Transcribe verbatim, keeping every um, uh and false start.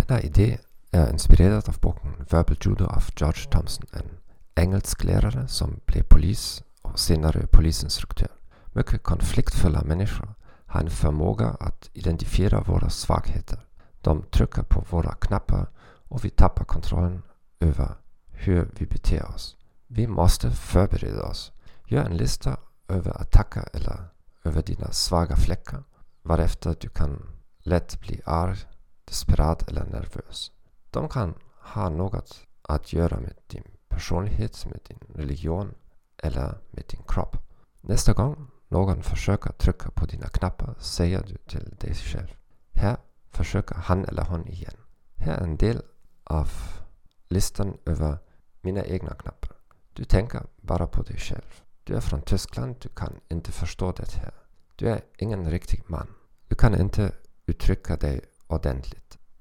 Denna idé är inspirerad av boken Verbal Judo av George Thompson, en engelsklärare som blev polis och senare polisinstruktör. Mycket konfliktfulla människor har en förmåga att identifiera våra svagheter. De trycker på våra knappar och vi tappar kontrollen över hur vi beter oss. Vi måste förbereda oss. Gör en lista över attacker eller över dina svaga fläckar, varefter du kan lätt bli arg, desperat eller nervös. De kan ha något att göra med din personlighet, med din religion eller med din kropp. Nästa gång någon försöker trycka på dina knappar säger du till dig själv: här försöker han eller hon igen. Här är en del av listan över mina egna knappar. Du tänker bara på dig själv. Du är från Tyskland, du kan inte förstå det här. Du är ingen riktig man. Du kan inte uttrycka dig ordentligt.